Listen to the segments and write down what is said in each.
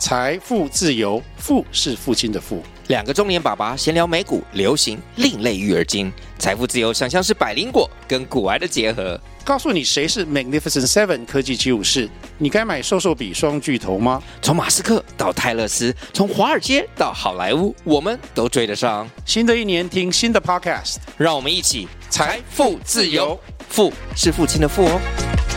财富自由，富是父亲的富。 两个中年爸爸闲聊美股、流行、另类育儿经。财富自由想象是百灵果跟股癌的结合。 告诉你谁是 Magnificent Seven 科技75士，你该买瘦瘦比双巨头吗？ 从马斯克到泰勒斯，从华尔街到好莱坞，我们都追得上。 新的一年听新的 Podcast， 让我们一起财富自由， 富是父亲的富哦。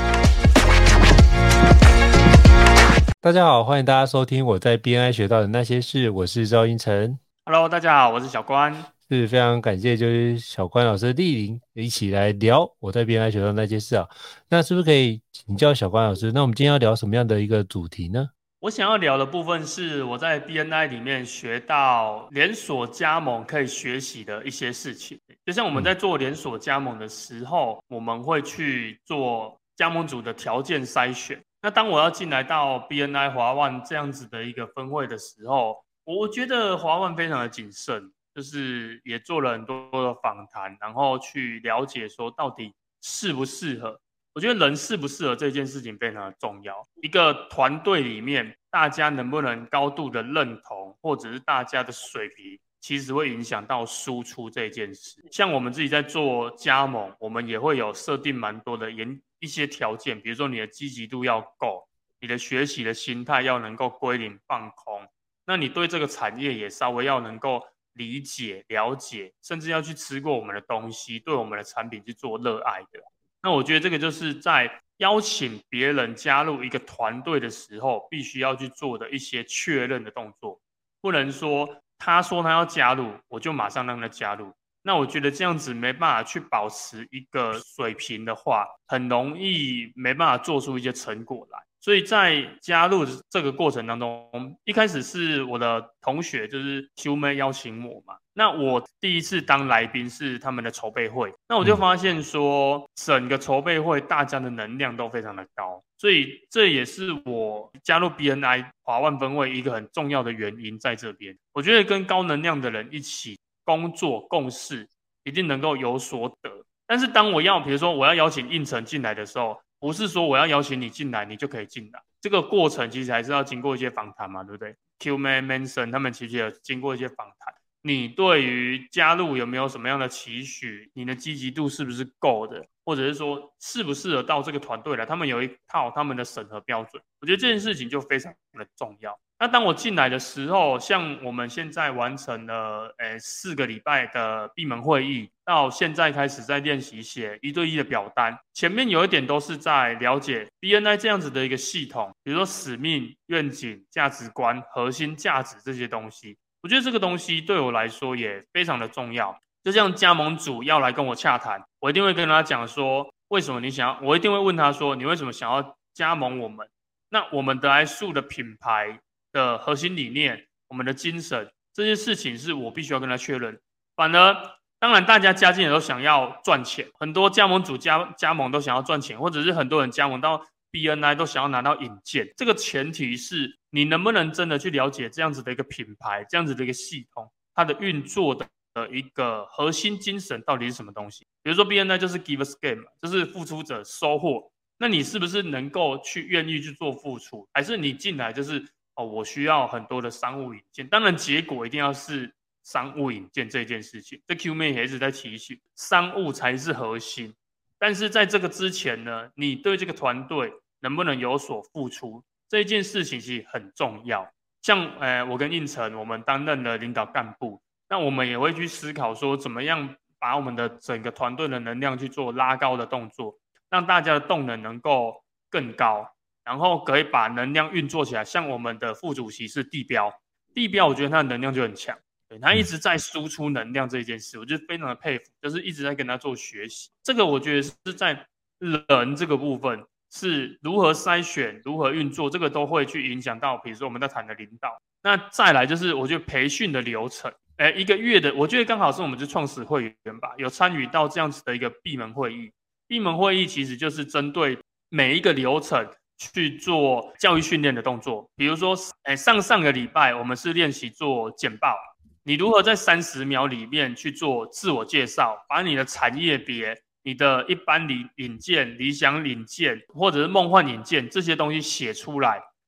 大家好，欢迎大家收听我在 BNI 学到的那些事，我是赵英成。 Hello， 大家好，我是小关。 是非常感谢就是小关老师莅临一起来聊我在 BNI 学到的那些事啊。那是不是可以请教小关老师，那我们今天要聊什么样的一个主题呢？ 我想要聊的部分是我在 BNI 里面学到连锁加盟可以学习的一些事情。就像我们在做连锁加盟的时候，我们会去做加盟主的条件筛选。那当我要进来到 BNI 华万这样子的一个分会的时候，我觉得华万非常的谨慎，就是也做了很多的访谈，然后去了解说到底适不适合。我觉得人适不适合这件事情非常的重要。一个团队里面，大家能不能高度的认同，或者是大家的水平，其实会影响到输出这件事。像我们自己在做加盟，我们也会有设定蛮多的一些条件，比如说你的积极度要够，你的学习的心态要能够归零放空，那你对这个产业也稍微要能够理解了解，甚至要去吃过我们的东西，对我们的产品去做热爱的。那我觉得这个就是在邀请别人加入一个团队的时候，必须要去做的一些确认的动作，不能说他说他要加入，我就马上让他加入。那我觉得这样子没办法去保持一个水平的话，很容易没办法做出一些成果来。所以在加入这个过程当中，一开始是我的同学，就是 Q 妹邀请我嘛。那我第一次当来宾是他们的筹备会，那我就发现说，整个筹备会大家的能量都非常的高，所以这也是我加入 BNI 华万分会一个很重要的原因在这边。我觉得跟高能量的人一起工作共事，一定能够有所得。但是当比如说我要邀请应成进来的时候，不是说我要邀请你进来，你就可以进来。这个过程其实还是要经过一些访谈嘛，对不对 ？Q-Man、Manson 他们其实也经过一些访谈。你对于加入有没有什么样的期许？你的积极度是不是够的？或者是说适不适合到这个团队来？他们有一套他们的审核标准。我觉得这件事情就非常的重要。那当我进来的时候，像我们现在完成了4个礼拜的闭门会议，到现在开始在练习写1对1的表单。前面有一点都是在了解 BNI 这样子的一个系统，比如说使命、愿景、价值观、核心价值这些东西。我觉得这个东西对我来说也非常的重要。就像加盟主要来跟我洽谈，我一定会跟他讲说，为什么你想要，我一定会问他说，你为什么想要加盟我们？那我们得来速的品牌的核心理念，我们的精神，这些事情是我必须要跟他确认。反而，当然大家加进来都想要赚钱，很多加盟主加盟都想要赚钱，或者是很多人加盟到 BNI 都想要拿到引荐。这个前提是你能不能真的去了解这样子的一个品牌，这样子的一个系统，它的运作的一个核心精神到底是什么东西？比如说 BNI 就是 Give a Gain 嘛，就是付出者收获。那你是不是能够去愿意去做付出，还是你进来就是我需要很多的商务引荐？当然结果一定要是商务引荐这件事情，这 Q 妹也一直在提醒，商务才是核心。但是在这个之前呢，你对这个团队能不能有所付出，这件事情其实很重要。像我跟应成，我们担任了领导干部，那我们也会去思考说，怎么样把我们的整个团队的能量去做拉高的动作，让大家的动能能够更高，然后可以把能量运作起来。像我们的副主席是地标，我觉得他的能量就很强，对，他一直在输出能量这件事，我就非常的佩服，就是一直在跟他做学习。这个我觉得是在人这个部分是如何筛选、如何运作，这个都会去影响到，比如说我们在谈的领导。那再来就是我觉得培训的流程，1个月的，我觉得刚好是我们是创始会员吧，有参与到这样子的一个闭门会议。闭门会议其实就是针对每一个流程去做教育训练的动作。比如说上个礼拜我们是练习做简报，你如何在30秒里面去做自我介绍，把你的产业别、你的一般引荐、理想引荐或者是梦幻引荐这些东西写出来，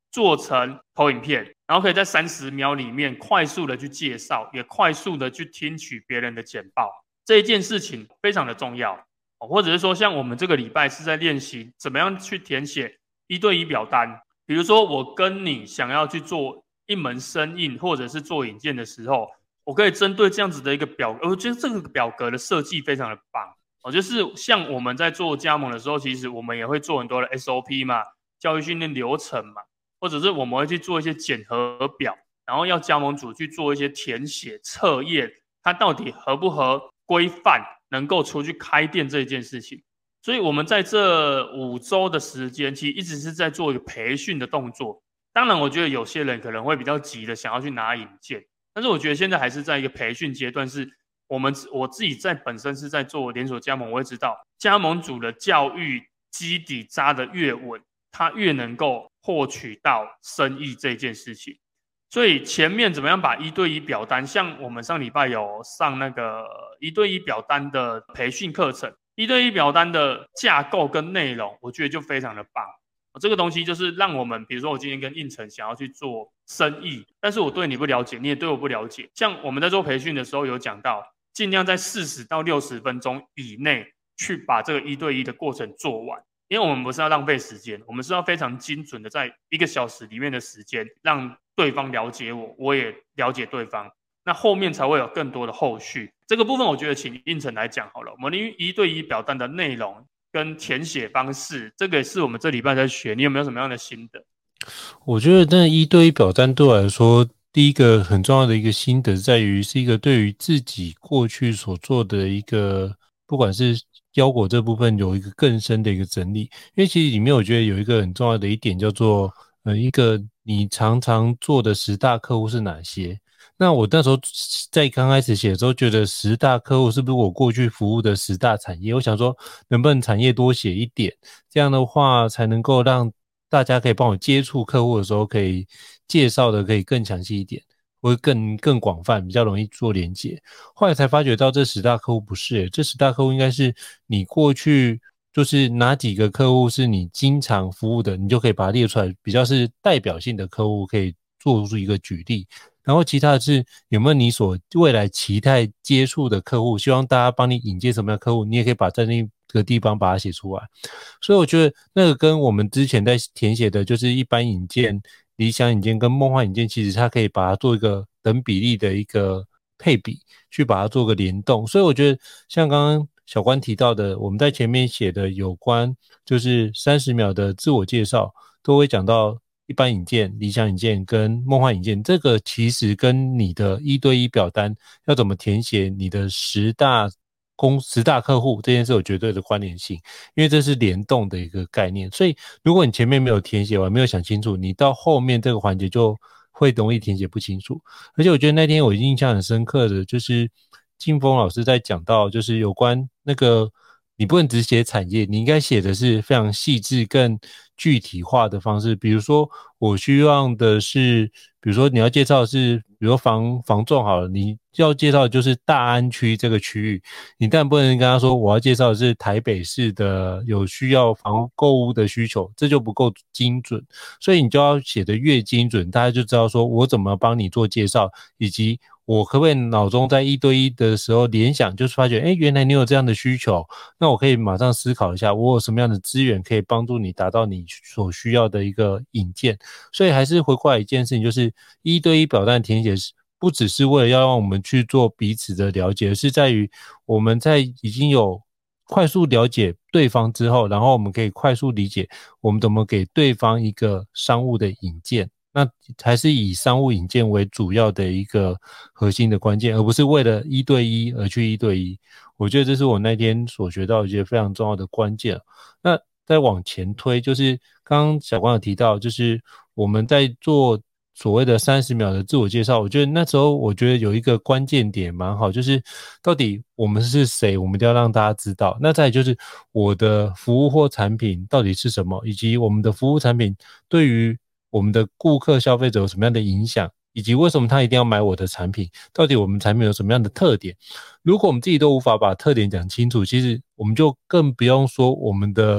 做成投影片，然后可以在30秒里面快速的去介绍，也快速的去听取别人的简报，这一件事情非常的重要。或者是说像我们这个礼拜是在练习怎么样去填写1对1表单，比如说我跟你想要去做一门生意或者是做引荐的时候，我可以针对这样子的一个表格，我觉得这个表格的设计非常的棒。就是像我们在做加盟的时候，其实我们也会做很多的 SOP 嘛，教育训练流程嘛，或者是我们会去做一些检核表，然后要加盟主去做一些填写测验，它到底合不合规范，能够出去开店这一件事情。所以我们在这5周的时间，其实一直是在做一个培训的动作。当然我觉得有些人可能会比较急的想要去拿引荐，但是我觉得现在还是在一个培训阶段，是我自己在本身是在做连锁加盟，我会知道加盟主的教育基底扎得越稳，他越能够获取到生意这件事情。所以前面怎么样把1对1表单，像我们上礼拜有上那个1对1表单的培训课程，1对1表单的架构跟内容，我觉得就非常的棒。这个东西就是让我们，比如说我今天跟应成想要去做生意，但是我对你不了解，你也对我不了解。像我们在做培训的时候有讲到，尽量在40到60分钟以内去把这个1对1的过程做完，因为我们不是要浪费时间，我们是要非常精准的在1个小时里面的时间，让对方了解我，我也了解对方，那后面才会有更多的后续。这个部分我觉得请应成来讲好了，我们1对1表单的内容跟填写方式，这个也是我们这礼拜在学，你有没有什么样的心得？ 我觉得那1对1表单对我来说，第一个很重要的一个心得在于是一个对于自己过去所做的一个，不管是腰果这部分有一个更深的一个整理。因为其实里面我觉得有一个很重要的一点叫做一个你常常做的10大客户是哪些。那我那时候在刚开始写的时候，觉得10大客户是不是我过去服务的10大产业？我想说，能不能产业多写一点，这样的话才能够让大家可以帮我接触客户的时候，可以介绍的可以更详细一点，或者更广泛，比较容易做连结。后来才发觉到这10大客户不是，这10大客户应该是你过去就是哪几个客户是你经常服务的，你就可以把它列出来，比较是代表性的客户可以做出一个举例。然后其他的是有没有你所未来期待接触的客户，希望大家帮你引荐什么样的客户，你也可以把在那个地方把它写出来。所以我觉得那个跟我们之前在填写的就是一般引荐、理想引荐跟梦幻引荐，其实它可以把它做一个等比例的一个配比，去把它做个联动。所以我觉得像刚刚小关提到的，我们在前面写的有关就是30秒的自我介绍，都会讲到一般引荐、理想引荐跟梦幻引荐，这个其实跟你的1对1表单要怎么填写你的10大客户这件事有绝对的关联性，因为这是联动的一个概念。所以如果你前面没有填写完，没有想清楚，你到后面这个环节就会容易填写不清楚。而且我觉得那天我印象很深刻的就是劲风老师在讲到，就是有关那个你不能只写产业，你应该写的是非常细致更具体化的方式。比如说我希望的是，比如说你要介绍的是比如说房仲好了，你要介绍的就是大安区这个区域，你当然不能跟他说我要介绍的是台北市的有需要房购屋的需求，这就不够精准。所以你就要写得越精准，大家就知道说我怎么帮你做介绍，以及我可不可以脑中在1对1的时候联想，就是发觉原来你有这样的需求，那我可以马上思考一下我有什么样的资源可以帮助你达到你所需要的一个引荐。所以还是回过来一件事情，就是1对1表单填写不只是为了要让我们去做彼此的了解，而是在于我们在已经有快速了解对方之后，然后我们可以快速理解我们怎么给对方一个商务的引荐，那还是以商务引荐为主要的一个核心的关键，而不是为了1对1而去1对1。我觉得这是我那天所学到一些非常重要的关键。那再往前推，就是刚刚小光有提到，就是我们在做所谓的30秒的自我介绍，我觉得那时候我觉得有一个关键点蛮好，就是到底我们是谁，我们一定要让大家知道。那再来就是我的服务或产品到底是什么，以及我们的服务产品对于我们的顾客消费者有什么样的影响，以及为什么他一定要买我的产品，到底我们产品有什么样的特点。如果我们自己都无法把特点讲清楚，其实我们就更不用说我们的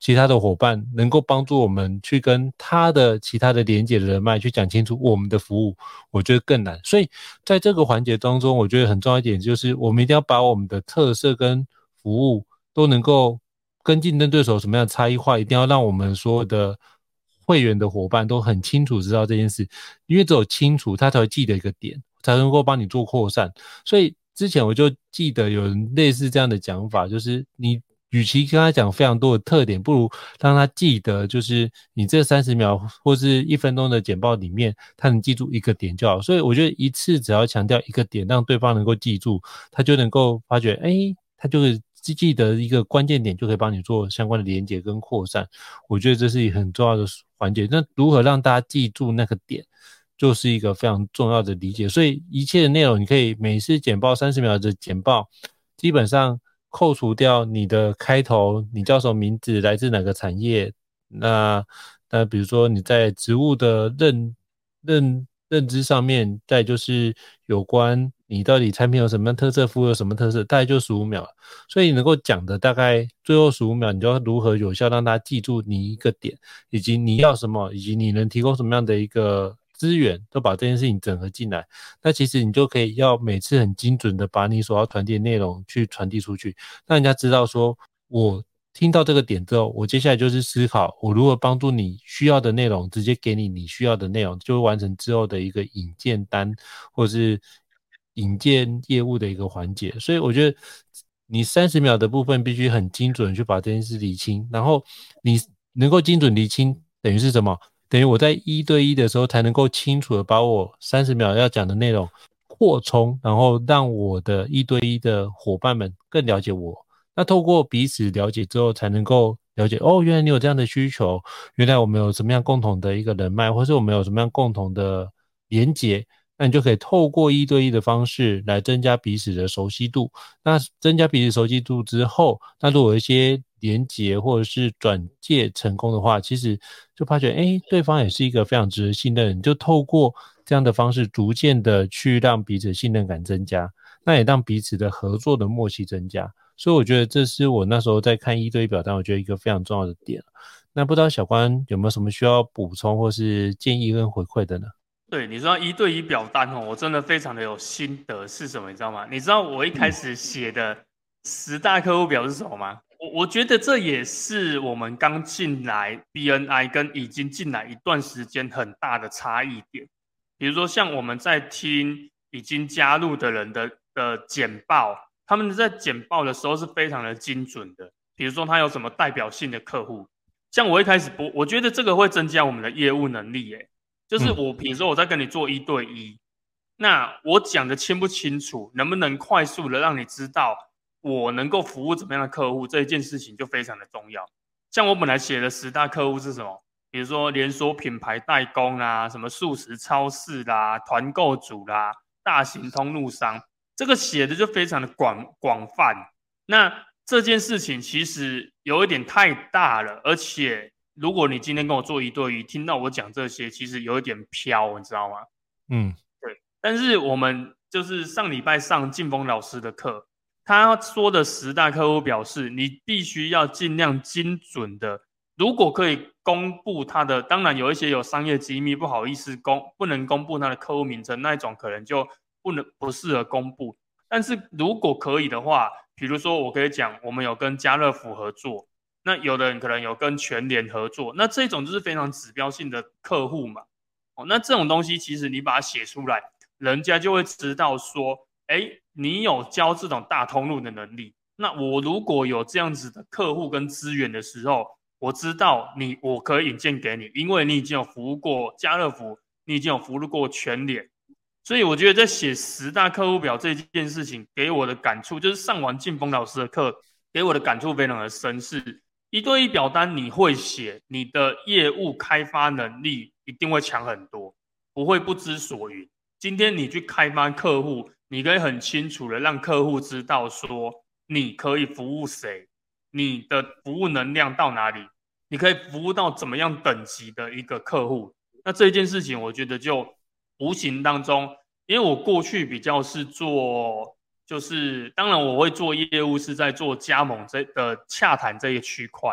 其他的伙伴能够帮助我们去跟他的其他的连结的人脉去讲清楚我们的服务，我觉得更难。所以在这个环节当中，我觉得很重要一点就是我们一定要把我们的特色跟服务都能够跟竞争对手有什么样的差异化，一定要让我们所有的会员的伙伴都很清楚知道这件事，因为只有清楚他才会记得一个点，才能够帮你做扩散。所以之前我就记得有人类似这样的讲法，就是你与其跟他讲非常多的特点，不如让他记得就是你这30秒或是1分钟的简报里面他能记住一个点就好。所以我觉得一次只要强调一个点，让对方能够记住，他就能够发觉他就是记得一个关键点，就可以帮你做相关的连结跟扩散。我觉得这是一个很重要的环节。那如何让大家记住那个点，就是一个非常重要的理解。所以一切的内容，你可以每次简报30秒的简报，基本上扣除掉你的开头，你叫什么名字，来自哪个产业，那比如说你在职务的认知上面，再就是有关你到底产品有什么特色，服务有什么特色，大概就15秒。所以你能够讲的大概最后15秒，你就要如何有效让大家记住你一个点，以及你要什么，以及你能提供什么样的一个资源，都把这件事情整合进来。那其实你就可以要每次很精准的把你所要传递的内容去传递出去，让人家知道说我听到这个点之后，我接下来就是思考我如何帮助你需要的内容，直接给你需要的内容，就会完成之后的一个引荐单或是引荐业务的一个环节。所以我觉得你30秒的部分必须很精准去把这件事理清，然后你能够精准理清等于是什么？等于我在1对1的时候才能够清楚的把我30秒要讲的内容扩充，然后让我的1对1的伙伴们更了解我。那透过彼此了解之后，才能够了解原来你有这样的需求，原来我们有什么样共同的一个人脉，或是我们有什么样共同的连结，那你就可以透过1对1的方式来增加彼此的熟悉度。那增加彼此熟悉度之后，那如果有一些连结或者是转介成功的话，其实就发觉对方也是一个非常值得信任的人，就透过这样的方式逐渐的去让彼此的信任感增加，那也让彼此的合作的默契增加。所以我觉得这是我那时候在看1对1表单，我觉得一个非常重要的点。那不知道小关有没有什么需要补充或是建议跟回馈的呢？ 对，你说1对1表单我真的非常的有心得是什么，你知道吗？你知道我一开始写的10大客户表是什么吗？我觉得这也是我们刚进来 BNI 跟已经进来一段时间很大的差异点。比如说像我们在听已经加入的人的简报，他们在简报的时候是非常的精准的。比如说他有什么代表性的客户，像我一开始我觉得这个会增加我们的业务能力耶。就是比如说我在跟你做1对1，那我讲的清不清楚，能不能快速的让你知道我能够服务怎么样的客户，这一件事情就非常的重要。像我本来写的10大客户是什么？比如说连锁品牌代工啦，什么素食超市啦，团购主啦，大型通路商，这个写的就非常的广泛。那这件事情其实有一点太大了，而且如果你今天跟我做1对1，听到我讲这些，其实有一点飘，你知道吗？对。但是我们就是上礼拜上劲风老师的课，他说的10大客户表示，你必须要尽量精准的，如果可以公布他的，当然有一些有商业机密，不好意思不能公布他的客户名称，那一种可能就不适合公布。但是如果可以的话，比如说我可以讲，我们有跟家乐福合作，那有的人可能有跟全联合作，那这种就是非常指标性的客户嘛。那这种东西其实你把它写出来，人家就会知道说，你有教这种大通路的能力。那我如果有这样子的客户跟资源的时候，我知道我可以引荐给你，因为你已经有服务过家乐福，你已经有服务过全联。所以我觉得在写10大客户表这件事情给我的感触，就是上完劲风老师的课给我的感触非常的深，是1对1表单你会写，你的业务开发能力一定会强很多，不会不知所云。今天你去开发客户，你可以很清楚的让客户知道说你可以服务谁，你的服务能量到哪里，你可以服务到怎么样等级的一个客户。那这件事情我觉得就无形当中，因为我过去比较是做，就是当然我会做业务是在做加盟的洽谈这一区块，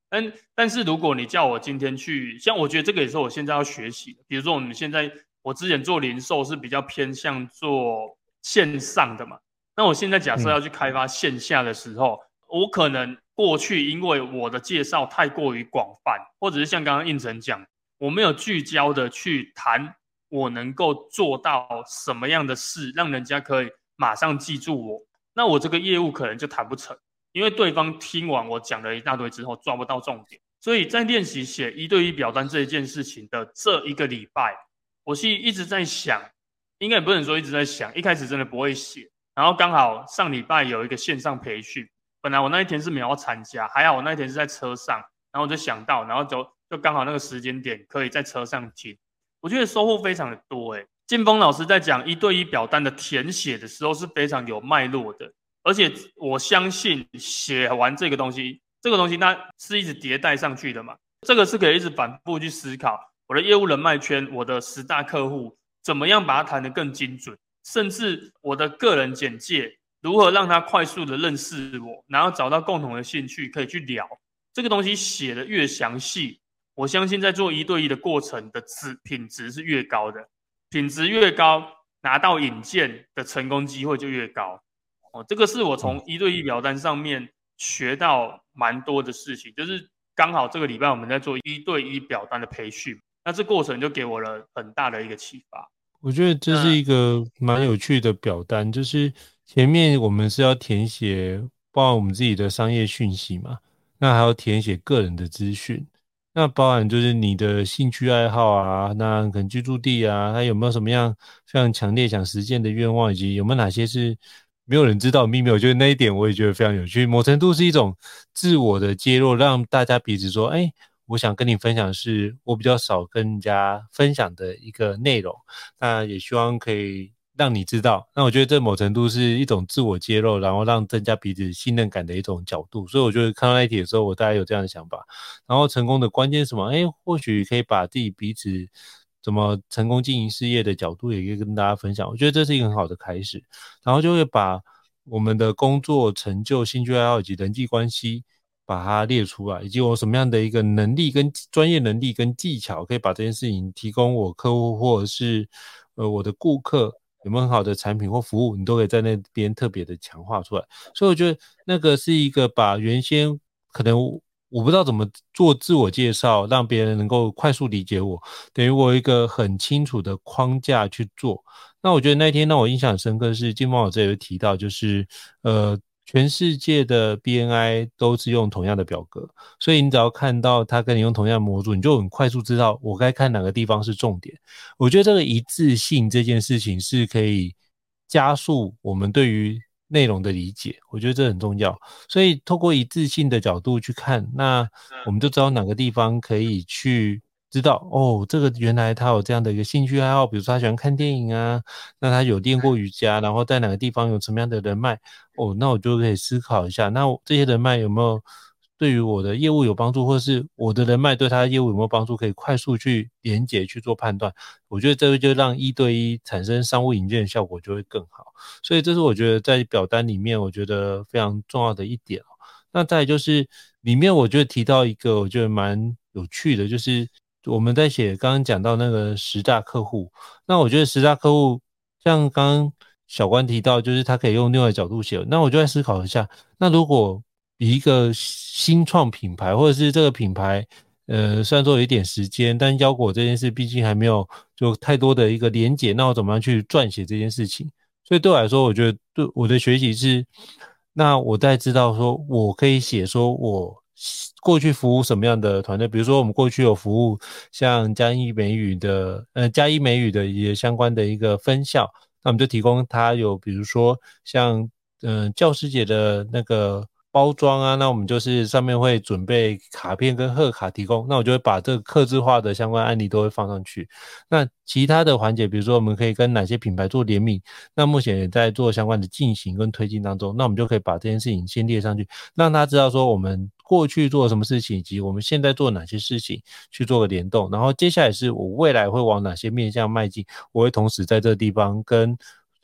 但是如果你叫我今天去，像我觉得这个也是我现在要学习的。比如说我之前做零售是比较偏向做线上的嘛，那我现在假设要去开发线下的时候，我可能过去因为我的介绍太过于广泛，或者是像刚刚应成讲，我没有聚焦的去谈我能够做到什么样的事，让人家可以马上记住我，那我这个业务可能就谈不成。因为对方听完我讲了一大堆之后抓不到重点，所以在练习写1对1表单这一件事情的这一个礼拜，我是一直在想，应该也不能说一直在想，一开始真的不会写，然后刚好上礼拜有一个线上培训，本来我那一天是没有要参加，还好我那一天是在车上，然后我就想到，然后就刚好那个时间点可以在车上听，我觉得收获非常的多劲峰老师在讲1对1表单的填写的时候是非常有脉络的。而且我相信写完这个东西它是一直迭代上去的嘛，这个是可以一直反复去思考我的业务人脉圈，我的10大客户怎么样把它谈得更精准，甚至我的个人简介如何让他快速的认识我，然后找到共同的兴趣可以去聊，这个东西写得越详细，我相信在做1对1的过程的品质是越高的，品质越高，拿到引荐的成功机会就越高。这个是我从1对1表单上面学到蛮多的事情，就是刚好这个礼拜我们在做1对1表单的培训，那这过程就给我了很大的一个启发。 我觉得这是一个蛮有趣的表单，就是前面我们是要填写包含我们自己的商业讯息嘛，那还要填写个人的资讯，那包含就是你的兴趣爱好啊，那可能居住地啊，他有没有什么样非常强烈想实践的愿望，以及有没有哪些是没有人知道的秘密，我觉得那一点我也觉得非常有趣，某程度是一种自我的揭露，让大家彼此说，我想跟你分享的是我比较少跟人家分享的一个内容，那也希望可以让你知道，那我觉得这某程度是一种自我揭露，然后让增加彼此信任感的一种角度，所以我觉得看到那一题的时候，我大概有这样的想法。然后成功的关键是什么？或许可以把自己彼此怎么成功经营事业的角度也可以跟大家分享，我觉得这是一个很好的开始，然后就会把我们的工作成就、兴趣爱好以及人际关系把它列出来，以及我什么样的一个能力跟专业能力跟技巧可以把这件事情提供我客户或者是我的顾客，有没有很好的产品或服务，你都可以在那边特别的强化出来。所以我觉得那个是一个把原先可能我不知道怎么做自我介绍，让别人能够快速理解我，等于我有一个很清楚的框架去做。那我觉得那天让我印象很深刻是金峰老师有提到，就是全世界的 BNI 都是用同样的表格，所以你只要看到他跟你用同样的模组，你就很快速知道我该看哪个地方是重点。我觉得这个一致性这件事情是可以加速我们对于内容的理解，我觉得这很重要。所以透过一致性的角度去看，那我们就知道哪个地方可以去知道这个原来他有这样的一个兴趣爱好，比如说他喜欢看电影啊，那他有练过瑜伽，然后在哪个地方有什么样的人脉那我就可以思考一下，那这些人脉有没有对于我的业务有帮助，或者是我的人脉对他的业务有没有帮助，可以快速去连结去做判断，我觉得这个就让1对1产生商务引荐的效果就会更好。所以这是我觉得在表单里面我觉得非常重要的一点那再来就是里面我觉得提到一个我觉得蛮有趣的，就是我们在写刚刚讲到那个10大客户，那我觉得10大客户像刚刚小关提到，就是他可以用另外的角度写，那我就在思考一下，那如果以一个新创品牌，或者是这个品牌虽然说有一点时间，但腰果这件事毕竟还没有就太多的一个连结，那我怎么样去撰写这件事情？所以对我来说，我觉得对我的学习是，那我在知道说我可以写说我过去服务什么样的团队，比如说我们过去有服务像嘉义美语的一些相关的一个分校，那我们就提供它有比如说像教师节的那个包装啊，那我们就是上面会准备卡片跟贺卡提供，那我就会把这个客制化的相关案例都会放上去。那其他的环节，比如说我们可以跟哪些品牌做联名，那目前也在做相关的进行跟推进当中，那我们就可以把这件事情先列上去，让他知道说我们过去做什么事情，以及我们现在做哪些事情去做个联动，然后接下来是我未来会往哪些面向迈进，我会同时在这个地方跟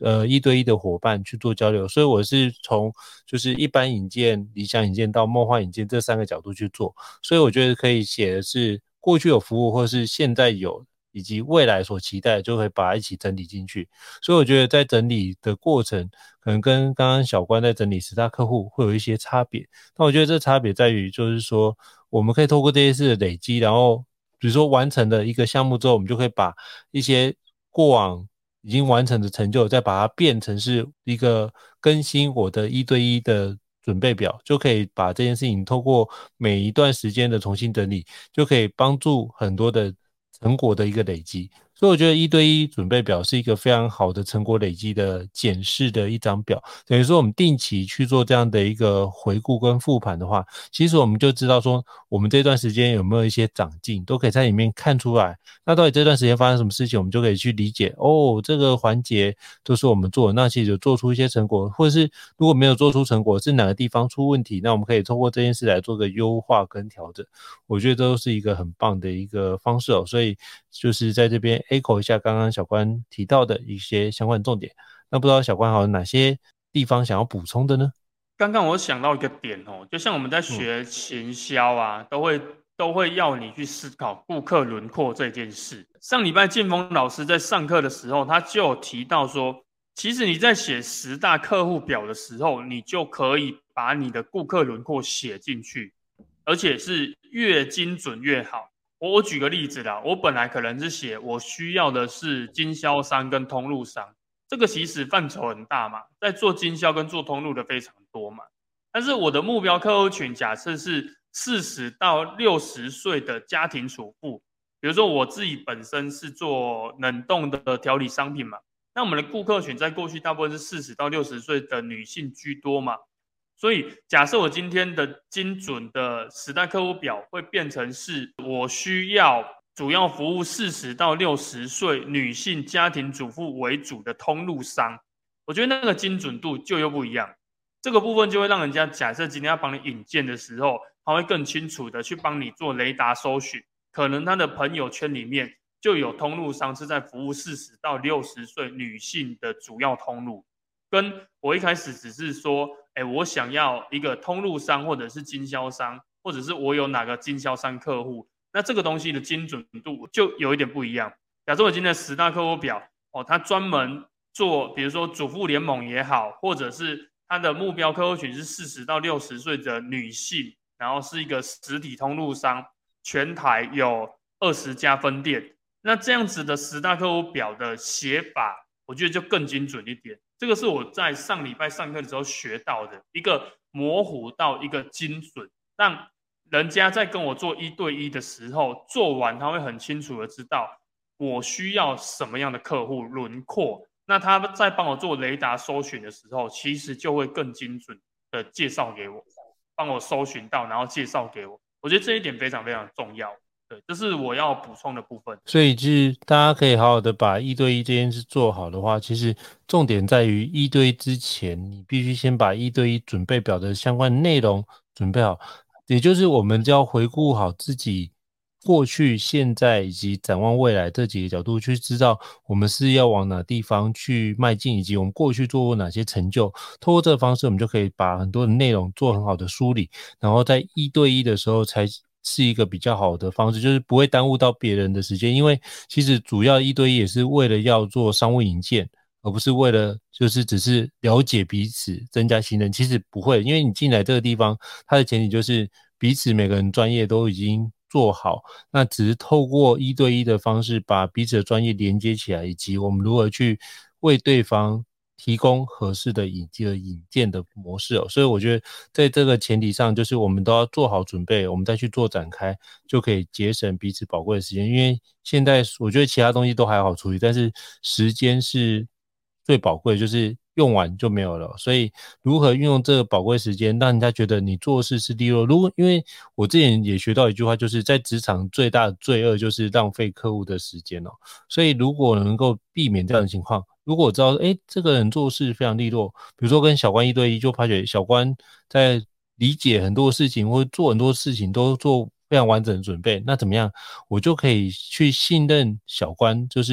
一对一的伙伴去做交流，所以我是从就是一般引荐、理想引荐到梦幻引荐这3个角度去做，所以我觉得可以写的是过去有服务或是现在有以及未来所期待，就可以把它一起整理进去。所以我觉得在整理的过程可能跟刚刚小关在整理10大客户会有一些差别，那我觉得这差别在于就是说我们可以透过这些事的累积，然后比如说完成了一个项目之后，我们就可以把一些过往已经完成的成就再把它变成是一个更新我的一对一的准备表，就可以把这件事情透过每一段时间的重新整理，就可以帮助很多的成果的一个累积。所以我觉得一对一准备表是一个非常好的成果累积的检视的一张表，等于说我们定期去做这样的一个回顾跟复盘的话，其实我们就知道说我们这段时间有没有一些长进，都可以在里面看出来。那到底这段时间发生什么事情，我们就可以去理解这个环节都是我们做的，那其实有做出一些成果，或者是如果没有做出成果是哪个地方出问题，那我们可以透过这件事来做个优化跟调整。我觉得都是一个很棒的一个方式所以就是在这边 echo 一下刚刚小关提到的一些相关重点。那不知道小关还有哪些地方想要补充的呢？ 刚刚我想到一个点就像我们在学行销啊，都会要你去思考顾客轮廓这件事。上礼拜建峰老师在上课的时候，他就有提到说，其实你在写10大客户表的时候，你就可以把你的顾客轮廓写进去，而且是越精准越好。我举个例子啦，我本来可能是写我需要的是经销商跟通路商，这个其实范畴很大嘛，在做经销跟做通路的非常多嘛。但是我的目标客户群假设是40到60岁的家庭主妇，比如说我自己本身是做冷冻的调理商品嘛，那我们的顾客群在过去大部分是40到60岁的女性居多嘛，所以假设我今天的精准的10大客户表会变成是我需要主要服务40到60岁女性家庭主妇为主的通路商，我觉得那个精准度就又不一样。这个部分就会让人家假设今天要帮你引荐的时候，他会更清楚的去帮你做雷达搜寻，可能他的朋友圈里面就有通路商是在服务40到60岁女性的主要通路，跟我一开始只是说我想要一个通路商或者是经销商，或者是我有哪个经销商客户，那这个东西的精准度就有一点不一样。假设我今天的10大客户表他专门做比如说主妇联盟也好，或者是他的目标客户群是40到60岁的女性，然后是一个实体通路商，全台有20家分店，那这样子的10大客户表的写法我觉得就更精准一点。这个是我在上礼拜上课的时候学到的，一个模糊到一个精准，让人家在跟我做1对1的时候，做完他会很清楚的知道我需要什么样的客户轮廓，那他在帮我做雷达搜寻的时候，其实就会更精准的介绍给我，帮我搜寻到然后介绍给我，我觉得这一点非常非常重要。对，这是我要补充的部分。 所以就是大家可以好好的把1对1这件事做好的话，其实重点在于1对1之前，你必须先把1对1准备表的相关内容准备好，也就是我们就要回顾好自己过去、现在以及展望未来这几个角度，去知道我们是要往哪地方去迈进，以及我们过去做过哪些成就。透过这个方式，我们就可以把很多的内容做很好的梳理，然后在1对1的时候才是一个比较好的方式，就是不会耽误到别人的时间。因为其实主要1对1也是为了要做商务引荐，而不是为了就是只是了解彼此增加信任。其实不会，因为你进来这个地方，它的前提就是彼此每个人专业都已经做好，那只是透过1对1的方式把彼此的专业连接起来，以及我们如何去为对方提供合适的引荐的模式所以我觉得在这个前提上，就是我们都要做好准备，我们再去做展开，就可以节省彼此宝贵的时间。因为现在我觉得其他东西都还好处理，但是时间是最宝贵的，就是用完就没有了。所以如何运用这个宝贵时间，让人家觉得你做事是利落。因为我之前也学到一句话，就是在职场最大的罪恶就是浪费客户的时间所以如果能够避免这样的情况，如果我知道这个人做事非常利落，比如说跟小关1对1，就发觉小关在理解很多事情或做很多事情都做非常完整的准备，那怎么样我就可以去信任小关，就是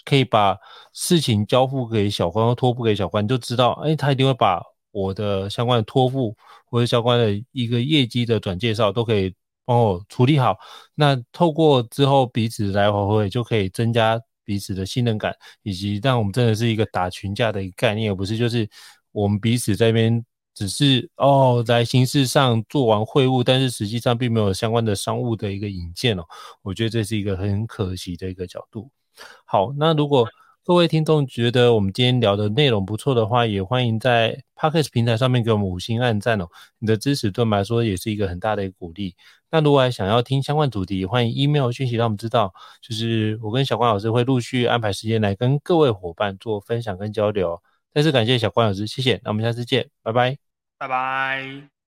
可以把事情交付给小关或托付给小关，就知道他一定会把我的相关的托付或者相关的一个业绩的转介绍都可以帮我处理好。那透过之后彼此来回回，就可以增加彼此的信任感，以及让我们真的是一个打群架的一个概念，而不是就是我们彼此在那边只是在形式上做完会务，但是实际上并没有相关的商务的一个引荐我觉得这是一个很可惜的一个角度。好，那如果各位听众觉得我们今天聊的内容不错的话，也欢迎在 Podcast 平台上面给我们5星按赞你的支持对我们来说也是一个很大的一个鼓励。那如果还想要听相关主题，欢迎 email 讯息让我们知道，就是我跟小关老师会陆续安排时间来跟各位伙伴做分享跟交流。再次感谢小关老师，谢谢，那我们下次见，拜拜。 拜拜。